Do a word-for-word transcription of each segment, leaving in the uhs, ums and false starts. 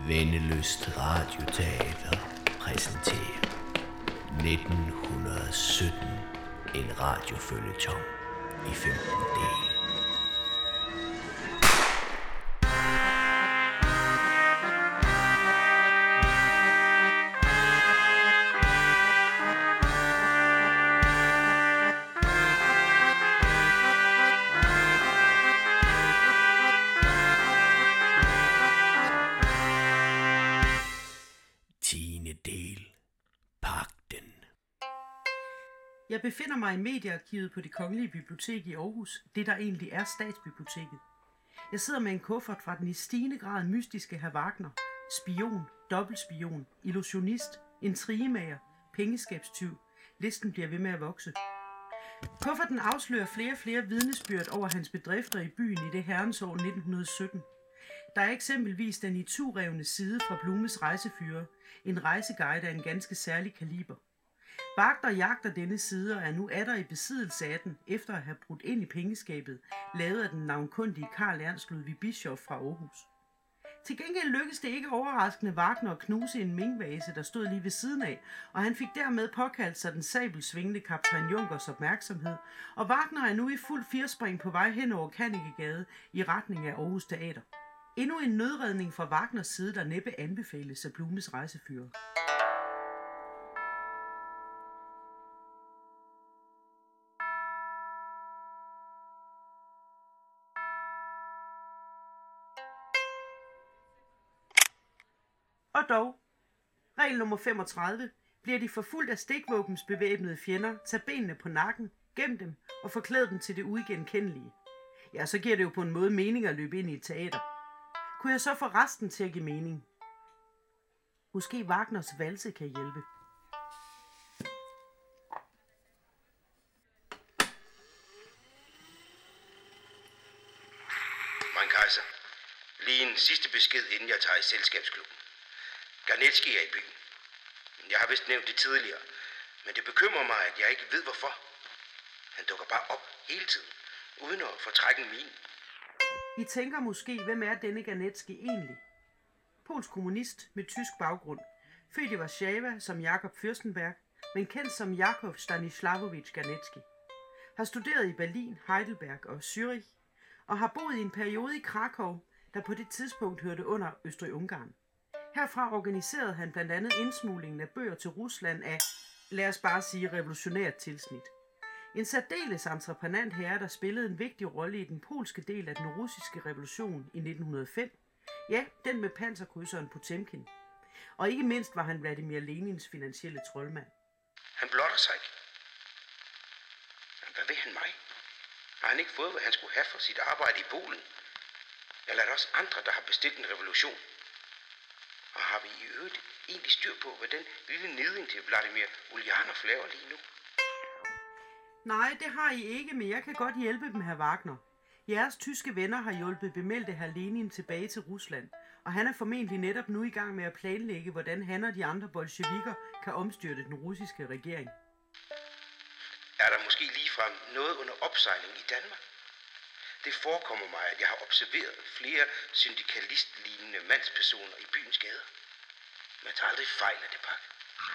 Vennelyst Radioteater præsenterer nitten sytten en radioføljeton i femten dele. Jeg befinder mig i mediearkivet på Det Kongelige Bibliotek i Aarhus, det der egentlig er Statsbiblioteket. Jeg sidder med en kuffert fra den i stigende grad mystiske hr. Wagner, spion, dobbeltspion, illusionist, intrigemager, pengeskabstyv. Listen bliver ved med at vokse. Kufferten afslører flere og flere vidnesbyrd over hans bedrifter i byen i det herrens år nitten sytten. Der er eksempelvis den iturevne side fra Blumes rejsefyre, en rejseguide af en ganske særlig kaliber. Wagner jagter denne side og er nu atter i besiddelse af den, efter at have brudt ind i pengeskabet, lavet af den navnkundige Carl Ernst Ludwig Bischoff fra Aarhus. Til gengæld lykkedes det ikke overraskende Wagner at knuse en minkvase, der stod lige ved siden af, og han fik dermed påkaldt sig den sabelsvingende kaptajn Junkers opmærksomhed, og Wagner er nu i fuld firspring på vej hen over Kannikegade i retning af Aarhus Teater. Endnu en nødredning fra Wagners side, der næppe anbefales af Blumes rejsefyre. Og dog, regel nummer femogtredive, bliver de forfulgt af stikvåbensbevæbnede fjender, tag benene på nakken, gem dem og forklæd dem til det uigenkendelige. Ja, så giver det jo på en måde mening at løbe ind i et teater. Kunne jeg så få resten til at give mening? Måske Wagners valse kan hjælpe. Mein Kaiser, lige en sidste besked, inden jeg tager i selskabsklubben. Garnetski er i byen. Jeg har vist nævnt det tidligere, men det bekymrer mig, at jeg ikke ved hvorfor. Han dukker bare op hele tiden, uden at fortrække en mine. I tænker måske, hvem er denne Garnetski egentlig? Polsk kommunist med tysk baggrund, født i Warszawa som Jakob Fürstenberg, men kendt som Jakov Stanislavovich Garnetski. Har studeret i Berlin, Heidelberg og Zürich, og har boet i en periode i Krakow, der på det tidspunkt hørte under Østrig-Ungarn. Herfra organiserede han blandt andet indsmuglingen af bøger til Rusland af, lad os bare sige, revolutionært tilsnit. En særdeles entreprenant herre, der spillede en vigtig rolle i den polske del af den russiske revolution i nitten hundrede og fem. Ja, den med panserkrydseren Potemkin. Og ikke mindst var han Vladimir Lenins finansielle troldmand. Han blotter sig ikke. Hvad vil han mig? Har han ikke fået, hvad han skulle have for sit arbejde i Polen? Eller er der også andre, der har bestilt en revolution? Og har vi i øvrigt egentlig styr på, hvad den lille neding til Vladimir Ulyanov laver lige nu? Nej, det har I ikke, men jeg kan godt hjælpe dem, hr. Wagner. Jeres tyske venner har hjulpet bemeldte hr. Lenin tilbage til Rusland, og han er formentlig netop nu i gang med at planlægge, hvordan han og de andre bolsjevikker kan omstyrte den russiske regering. Er der måske ligefrem noget under opsejling i Danmark? Det forekommer mig, at jeg har observeret flere syndikalistlignende mandspersoner i byens gader. Man tager aldrig fejl af det pakke.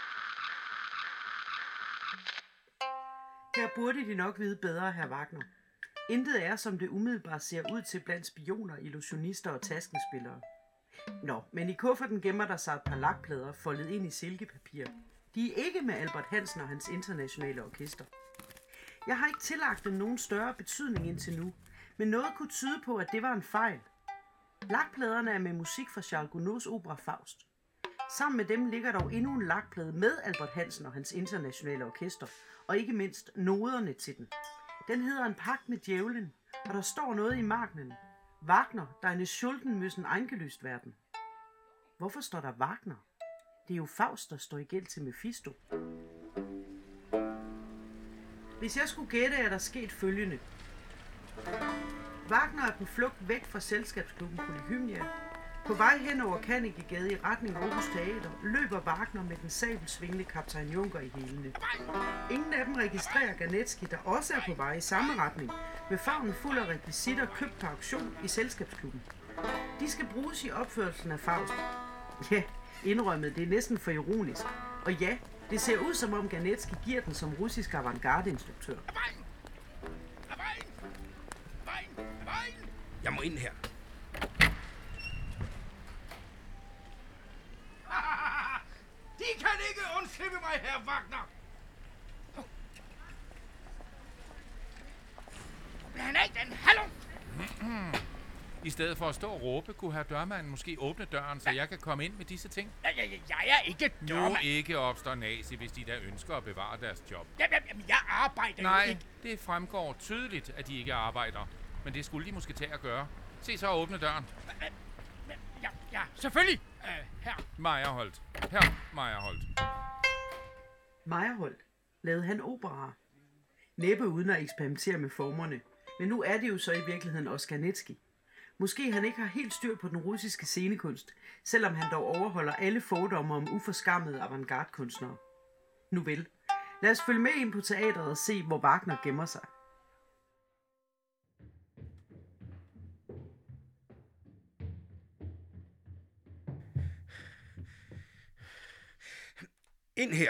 Her burde de nok vide bedre, hr. Wagner. Intet er, som det umiddelbart ser ud til blandt spioner, illusionister og taskenspillere. Nå, men i kufferten gemmer der sig et par lakplader foldet ind i silkepapir. De er ikke med Albert Hansen og hans internationale orkester. Jeg har ikke tillagt dem nogen større betydning indtil nu, men noget kunne tyde på, at det var en fejl. Lakpladerne er med musik fra Charles Gounods opera Faust. Sammen med dem ligger dog endnu en lakplade med Albert Hansen og hans internationale orkester, og ikke mindst noderne til den. Den hedder En pagt med djævlen, og der står noget i margenen. Wagner, deine Schulden müssen eingelöst werden. Hvorfor står der Wagner? Det er jo Faust, der står i gæld til Mephisto. Hvis jeg skulle gætte, er der sket følgende. Wagner er på flugt væk fra selskabsklubben Polyhymnia. På vej hen over Kannikegade i retning Aarhus Teater løber Wagner med den sabelsvingende kaptajn Junker i hælene. Ingen af dem registrerer Garnetski, der også er på vej i samme retning, med favnen fuld af rekvisitter købt på auktion i selskabsklubben. De skal bruges i opførelsen af Faust. Ja, indrømmet, det er næsten for ironisk. Og ja, det ser ud som om Garnetski giver den som russisk avantgarde-instruktør. Jeg må ind her. De kan ikke undslippe mig, herr Wagner! Han er ikke den hallo! I stedet for at stå og råbe, kunne herr dørmanden måske åbne døren, så jeg kan komme ind med disse ting? Jeg, jeg, jeg er ikke dørmand. Nu ikke opstår nazi, hvis de der ønsker at bevare deres job. Jamen, jamen, jeg arbejder Nej, jo ikke. det fremgår tydeligt, at de ikke arbejder. Men det skulle de måske tage at gøre. Se så at åbne døren. Ja, ja, selvfølgelig, uh, herr. Meyerholt. Herr Meyerholt. Meyerholt lavede han opera. Næppe uden at eksperimentere med formerne. Men nu er det jo så i virkeligheden også Garnetski. Måske han ikke har helt styr på den russiske scenekunst, selvom han dog overholder alle fordomme om uforskammede avantgarde-kunstnere. Nu vel, lad os følge med ind på teatret og se, hvor Wagner gemmer sig. Ind her.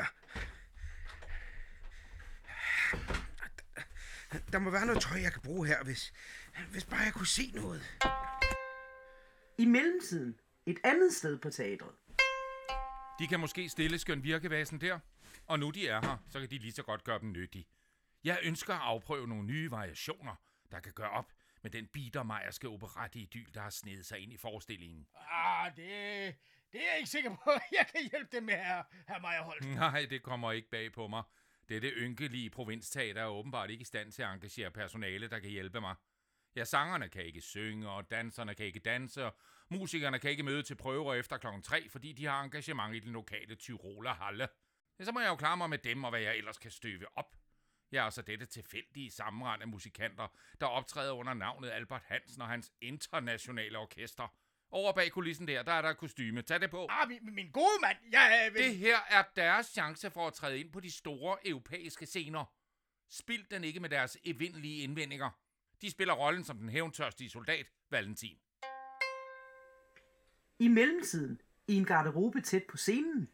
Der må være noget tøj, jeg kan bruge her, hvis, hvis bare jeg kunne se noget. I mellemtiden, et andet sted på teatret. De kan måske stille skøn virkevasen der. Og nu de er her, så kan de lige så godt gøre dem nyttige. Jeg ønsker at afprøve nogle nye variationer, der kan gøre op med den biedermejerske operette-idyl, der har snedet sig ind i forestillingen. Ah, det, det er jeg ikke sikker på, jeg kan hjælpe dem med, herr, herr Meyerholt. Nej, det kommer ikke bag på mig. Dette ynkelige provinsteater er åbenbart ikke i stand til at engagere personale, der kan hjælpe mig. Ja, sangerne kan ikke synge, og danserne kan ikke danse, og musikerne kan ikke møde til prøver efter klokken tre, fordi de har engagement i den lokale Tyroler Halle. Ja, så må jeg jo klare mig med dem, og hvad jeg ellers kan støve op. Jeg er altså dette tilfældige sammenrend af musikanter, der optræder under navnet Albert Hansen og hans internationale orkester. Over bag kulissen der, der er der et kostyme. Tag det på. Ah, min, min gode mand, jeg vil... Det her er deres chance for at træde ind på de store europæiske scener. Spild den ikke med deres evindelige indvendinger. De spiller rollen som den hævntørstige soldat, Valentin. I mellemtiden, i en garderobe tæt på scenen.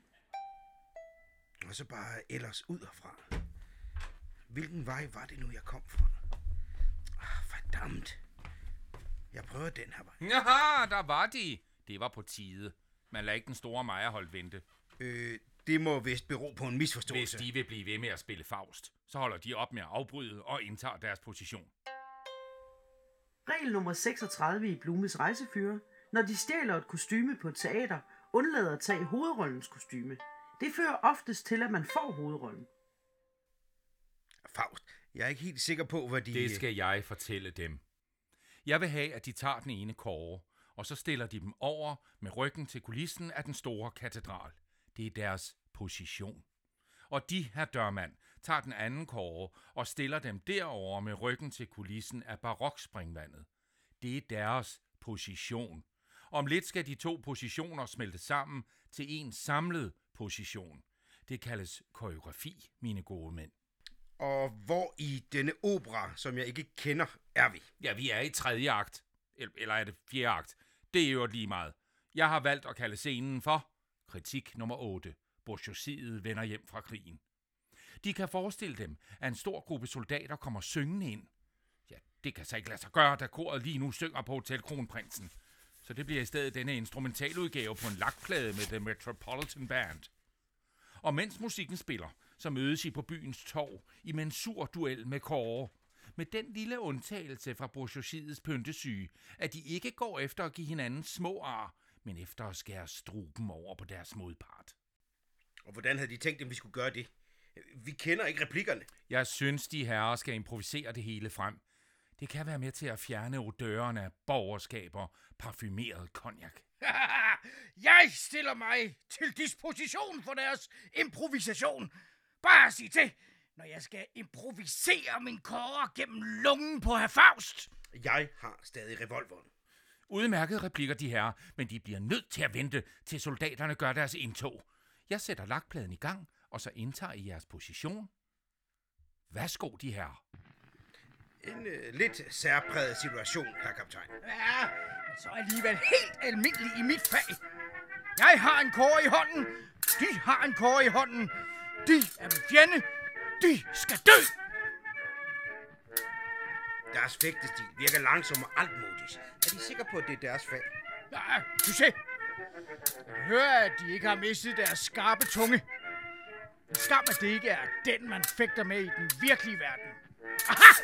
Og så bare ellers ud herfra. Hvilken vej var det nu, jeg kom fra? Ah, verdammt. Jeg prøver den her vej. Jaha, der var de. Det var på tide. Man lader ikke den store Meyerholt vente. Øh, det må vist bero på en misforståelse. Hvis de vil blive ved med at spille Faust, så holder de op med at afbryde og indtager deres position. Regel nummer seksogtredive i Blumes rejsefører. Når de stjæler et kostyme på et teater, undlader at tage hovedrollens kostyme. Det fører oftest til, at man får hovedrollen. Faust, jeg er ikke helt sikker på, hvad de... Det skal jeg fortælle dem. Jeg vil have, at de tager den ene kåre, og så stiller de dem over med ryggen til kulissen af den store katedral. Det er deres position. Og de, herr dørmand, tager den anden kåre og stiller dem derover med ryggen til kulissen af barokspringvandet. Det er deres position. Om lidt skal de to positioner smelte sammen til en samlet position. Det kaldes koreografi, mine gode mænd. Og hvor i denne opera, som jeg ikke kender, er vi? Ja, vi er i tredje akt. Eller er det fjerde akt? Det er jo lige meget. Jeg har valgt at kalde scenen for kritik nummer otte. Bourgeoisiet vender hjem fra krigen. De kan forestille dem, at en stor gruppe soldater kommer syngende ind. Ja, det kan så ikke lade sig gøre, da koret lige nu synger på Hotel Kronprinsen. Så det bliver i stedet denne instrumentaludgave på en lakplade med The Metropolitan Band. Og mens musikken spiller, så mødes I på byens torv i en sur duel med Kåre. Med den lille undtagelse fra bourgeoisiets pyntesyge, at de ikke går efter at give hinanden små ar, men efter at skære struben over på deres modpart. Og hvordan havde de tænkt, at vi skulle gøre det? Vi kender ikke replikkerne. Jeg synes, de herrer skal improvisere det hele frem. Det kan være med til at fjerne odørerne af borgerskaber, parfumeret cognac. Jeg stiller mig til disposition for deres improvisation. Bare sig til, når jeg skal improvisere min kåre gennem lungen på herr Faust. Jeg har stadig revolveren. Udmærkede replikker, de herrer, men de bliver nødt til at vente, til soldaterne gør deres indtog. Jeg sætter lakpladen i gang, og så indtager I jeres position. Værsgo, de herrer. En øh, lidt særpræget situation, herr kaptajn. Ja, men så alligevel helt almindelig i mit fag. Jeg har en kåre i hånden. De har en kåre i hånden. De er min fjende. De skal dø. Deres fægtestil virker langsom og altmodig. Er de sikre på, at det er deres fag? Ja, du se. Jeg hører, at de ikke har mistet deres skarpe tunge. En skam, at det ikke er den, man fægter med i den virkelige verden. Aha!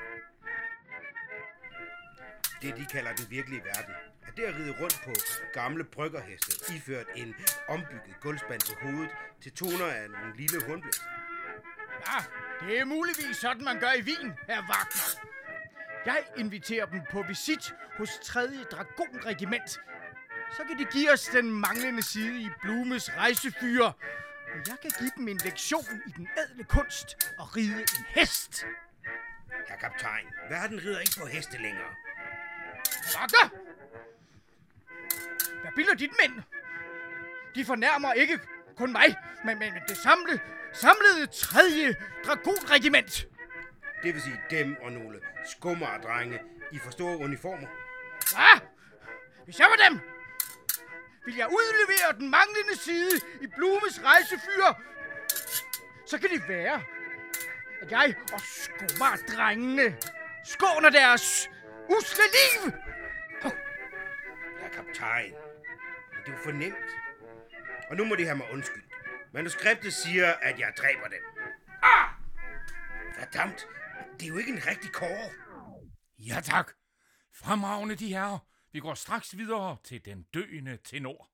Det, de kalder den virkelige verden, er det at ride rundt på gamle bryggerheste, iført en ombygget gulvspand på hovedet til toner af en lille hornblæs. Ja, det er muligvis sådan, man gør i Wien, herr Wagner. Jeg inviterer dem på visit hos tredje Dragonregiment. Så kan de give os den manglende side i Blumes rejsefyre. Og jeg kan give dem en lektion i den ædle kunst og ride en hest. Herr kaptajn, verden rider ikke på heste længere. Wagner! Hvad bilder dit mænd? De fornærmer ikke kun mig, men, men det samlede, samlede tredje Dragonregiment. Det vil sige dem og nogle skummerdrenge i for store uniformer. Hvad? Hvis jeg var dem, vil jeg udlevere den manglende side i Blumes rejsefyr. Så kan det være, at jeg og skummerdrengene skåner deres usle liv. Herr kaptajn, men det er jo for nemt. Og nu må de have mig undskyldt. Manuskriptet siger, at jeg dræber dem. Ah! Verdammt, det er jo ikke en rigtig kåre. Ja tak. Fremragende de herrer. Vi går straks videre til den døende tenor.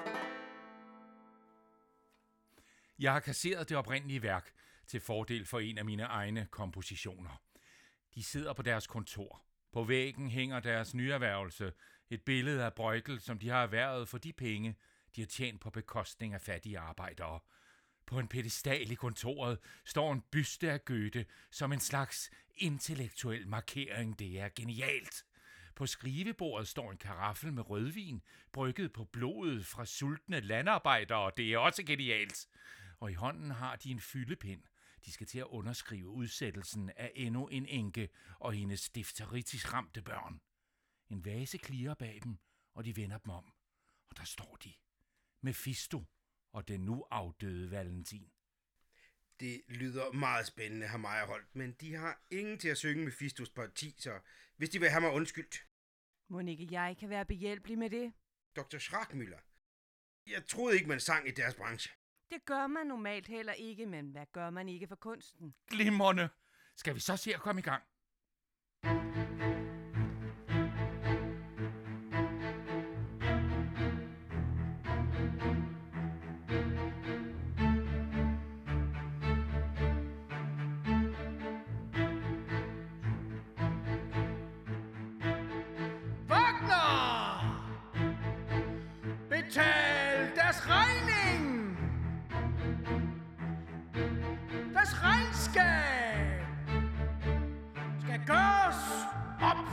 Jeg har kasseret det oprindelige værk til fordel for en af mine egne kompositioner. De sidder på deres kontor. På væggen hænger deres nyerhvervelse, et billede af Breughel, som de har erhvervet for de penge, de har tjent på bekostning af fattige arbejdere. På en pedestal i kontoret står en byste af Goethe som en slags intellektuel markering. Det er genialt. På skrivebordet står en karaffel med rødvin, brygget på blodet fra sultne landarbejdere. Det er også genialt. Og i hånden har de en fyldepind. De skal til at underskrive udsættelsen af endnu en enke og hendes difteritis ramte børn. En vase klirrer bag dem, og de vender dem om. Og der står de. Mephisto og den nu afdøde Valentin. Det lyder meget spændende, herr Meyerholt, men de har ingen til at synge Mephistos parti, så hvis de vil have mig undskyldt. Må ikke jeg kan være behjælpelig med det? doktor Schrackmüller. Jeg troede ikke, man sang i deres branche. Det gør man normalt heller ikke, men hvad gør man ikke for kunsten? Glimrende. Skal vi så se at komme i gang? Wagner! Betal deres regning! Deres regnskab skal gøres op!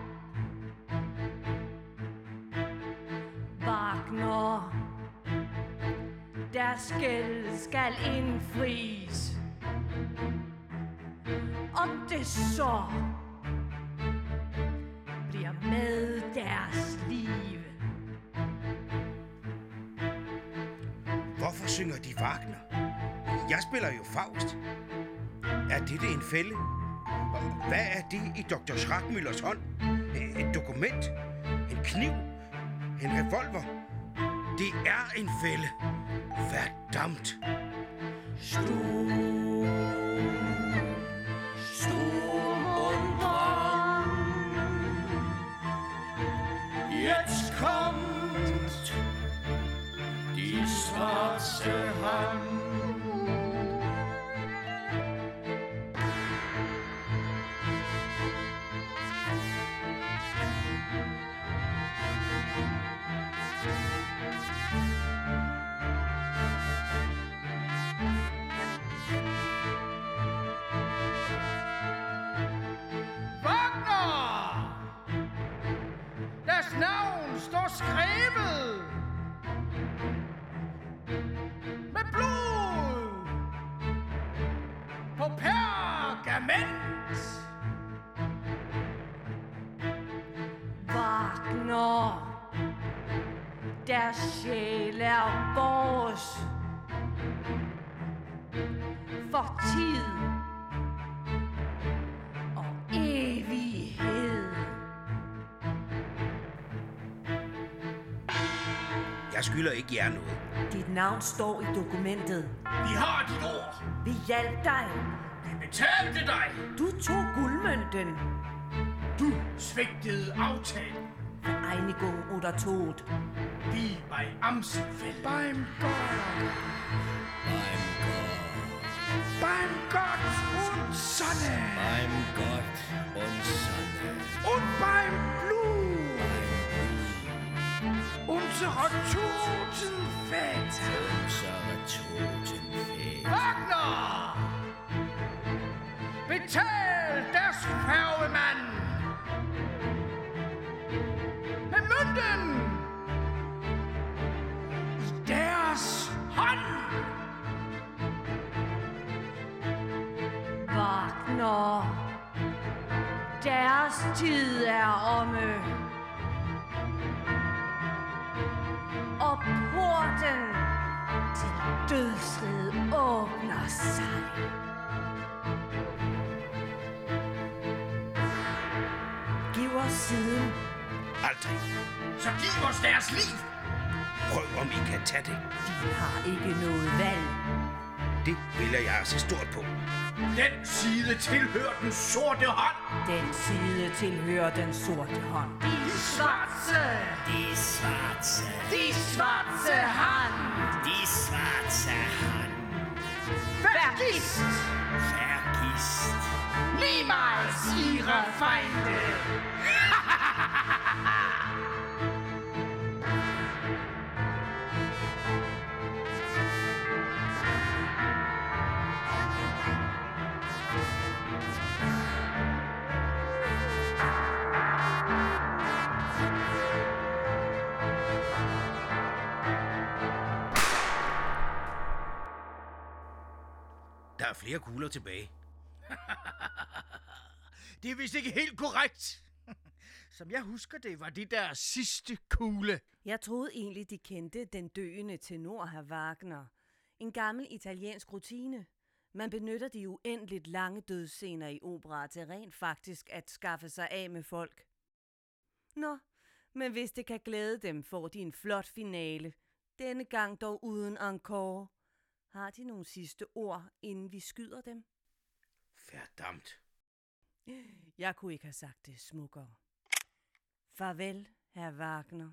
Wagner, deres gæld skal indfries. Om det så bliver med deres liv. Hvorfor synger de Wagner? Jeg spiller jo Faust. Er dette en fælde? Og hvad er det i doktor Schrackmüllers hånd? Et dokument? En kniv? En revolver? Det er en fælde. Verdammt. Stum, stum und dran. Jetzt kommt die schwarze Hand. Wagner! Deres navn står skrevet med blod på pergament. Wagner, deres Deres sjæl er vores. For tid og evighed. Jeg skylder ikke jer noget. Dit navn står i dokumentet. Vi har dit ord. Vi hjalp dig. Vi betalte dig. Du tog guldmønten. Du svigtede aftalen. Vereinigung oder Tod. Wie bei Amsenfeld. Beim Gott. Beim Gott. Beim Gott und Sonne. Beim Gott und Sonne. Und beim Blut. Unserer toten Väter. Unsere toten Väter. Wagner! Betal deres færgemand! Med mønten! I deres hånd! Wagner. Deres tid er omme. Og porten til dødsriget åbner sig. Giv os siden. Aldrig. Så giv os deres liv! Prøv, om I kan tage det. De har ikke noget valg. Det vil jeg se stort på. Den side tilhører den sorte hånd! Den side tilhører den sorte hånd. De svartse! Die schwarze, De svartse hånd! die schwarze Hand. Vergisst Vergisst niemals ihre Feinde! Der er flere kugler tilbage. Det er vist ikke helt korrekt. Som jeg husker det, var det der sidste kugle. Jeg troede egentlig, de kendte den døende tenor, herr Wagner. En gammel italiensk rutine. Man benytter de uendeligt lange dødsscener i opera til rent faktisk at skaffe sig af med folk. Nå, men hvis det kan glæde dem, får de en flot finale. Denne gang dog uden encore. Har de nogle sidste ord, inden vi skyder dem? Verdammt. Jeg kunne ikke have sagt det smukkere. Farvel, herr Wagner.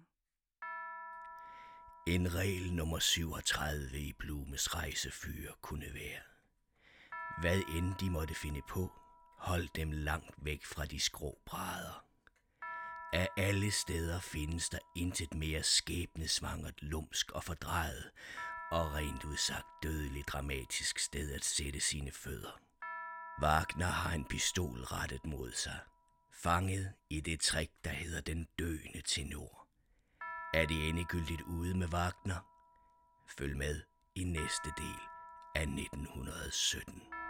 En regel nummer syvogtredive i Blumes rejsefyr kunne være: hvad end de måtte finde på, hold dem langt væk fra de skrå brædder. Af alle steder findes der intet mere skæbnesvangert, lumsk og fordrejet, og rent udsagt dødeligt dramatisk sted at sætte sine fødder. Wagner har en pistol rettet mod sig, fanget i det trick, der hedder den døende tenor. Er det endegyldigt ude med Wagner? Følg med i næste del af nitten sytten.